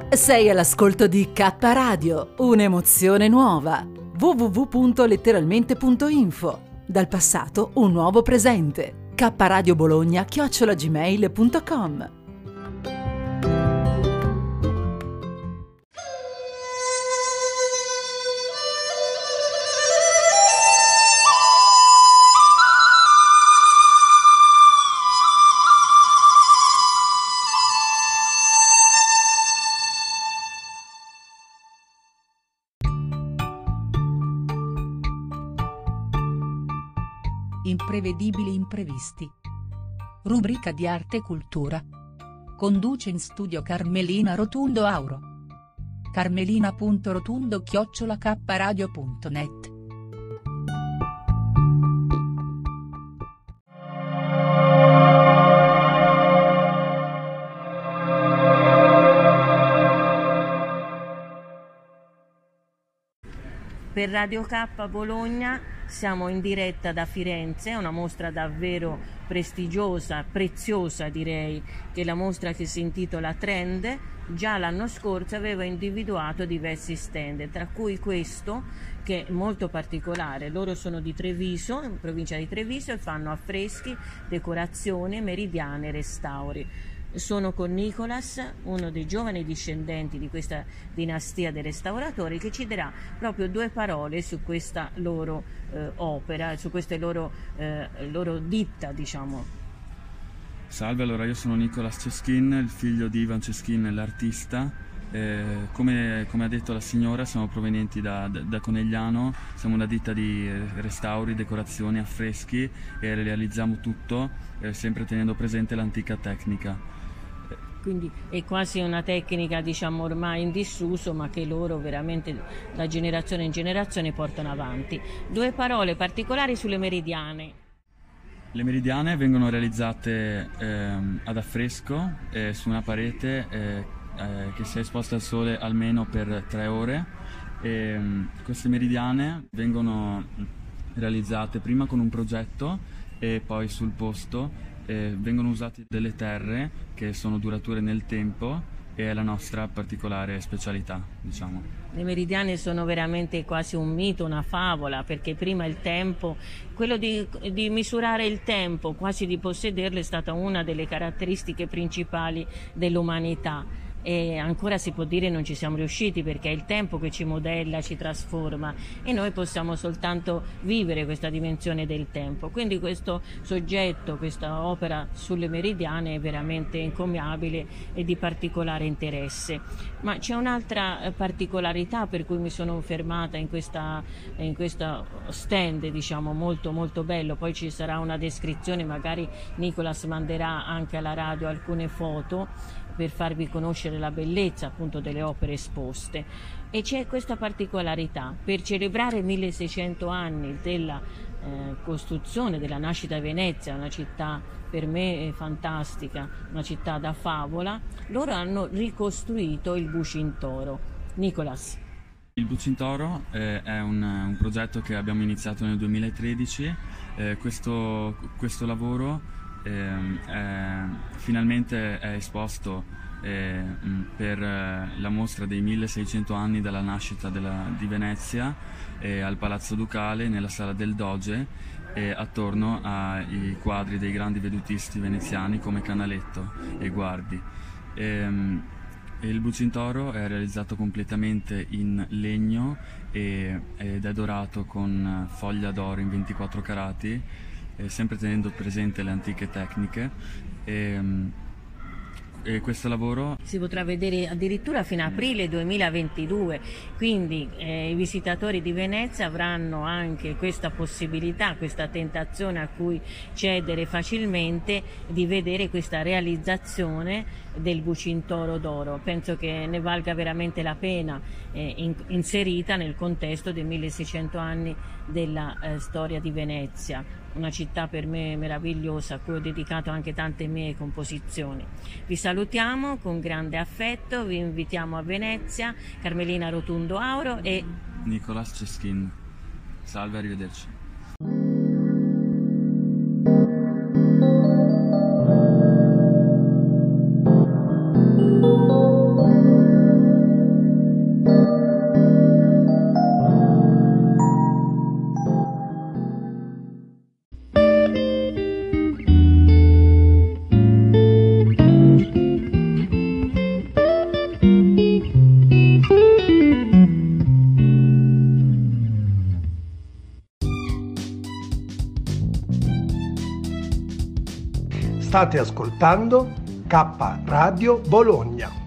Sei all'ascolto di K Radio, un'emozione nuova. www.letteralmente.info. Dal passato un nuovo presente. kradiobologna@gmail.com. Imprevedibili imprevisti. Rubrica di arte e cultura. Conduce in studio Carmelina Rotundo Auro. carmelina.rotundo@kradio.net. Per Radio K Bologna siamo in diretta da Firenze, è una mostra davvero prestigiosa, preziosa direi, che è la mostra che si intitola Trend. Già l'anno scorso aveva individuato diversi stand, tra cui questo che è molto particolare. Loro sono di Treviso, in provincia di Treviso, e fanno affreschi, decorazioni, meridiane e restauri. Sono con Nicolas, uno dei giovani discendenti di questa dinastia dei restauratori, che ci darà proprio due parole su questa loro opera, su queste loro ditta, diciamo. Salve, allora io sono Nicolas Ceschin, il figlio di Ivan Ceschin, l'artista. Come ha detto la signora, siamo provenienti da Conegliano, siamo una ditta di restauri, decorazioni, affreschi e realizziamo tutto sempre tenendo presente l'antica tecnica. Quindi è quasi una tecnica, diciamo, ormai in disuso, ma che loro veramente da generazione in generazione portano avanti. Due parole particolari sulle meridiane. Le meridiane vengono realizzate ad affresco su una parete che sia esposta al sole almeno per 3 ore. Queste meridiane vengono realizzate prima con un progetto e poi sul posto. Vengono usate delle terre che sono durature nel tempo e è la nostra particolare specialità, diciamo. Le meridiane sono veramente quasi un mito, una favola, perché prima il tempo, quello di misurare il tempo, quasi di possederlo, è stata una delle caratteristiche principali dell'umanità. E ancora si può dire non ci siamo riusciti, perché è il tempo che ci modella, ci trasforma, e noi possiamo soltanto vivere questa dimensione del tempo. Quindi questo soggetto, questa opera sulle meridiane è veramente encomiabile e di particolare interesse. Ma c'è un'altra particolarità per cui mi sono fermata in questa stand, diciamo, molto molto bello. Poi ci sarà una descrizione, magari Nicolas manderà anche alla radio alcune foto per farvi conoscere la bellezza appunto delle opere esposte. E c'è questa particolarità: per celebrare 1600 anni della costruzione, della nascita di Venezia, una città per me fantastica, una città da favola, loro hanno ricostruito il Bucintoro. Nicolas. Il Bucintoro è un progetto che abbiamo iniziato nel 2013. Questo lavoro finalmente è esposto per la mostra dei 1600 anni dalla nascita di Venezia al Palazzo Ducale, nella sala del Doge, attorno ai quadri dei grandi vedutisti veneziani come Canaletto e Guardi. Il Bucintoro è realizzato completamente in legno ed è dorato con foglia d'oro in 24 carati, sempre tenendo presente le antiche tecniche. E questo lavoro si potrà vedere addirittura fino a aprile 2022, quindi i visitatori di Venezia avranno anche questa possibilità, questa tentazione a cui cedere facilmente, di vedere questa realizzazione del Bucintoro d'oro. Penso che ne valga veramente la pena, inserita nel contesto dei 1600 anni della storia di Venezia, una città per me meravigliosa, a cui ho dedicato anche tante mie composizioni. Vi salutiamo con grande affetto, vi invitiamo a Venezia. Carmelina Rotundo Auro e Nicolas Ceschin. Salve, arrivederci. State ascoltando K Radio Bologna.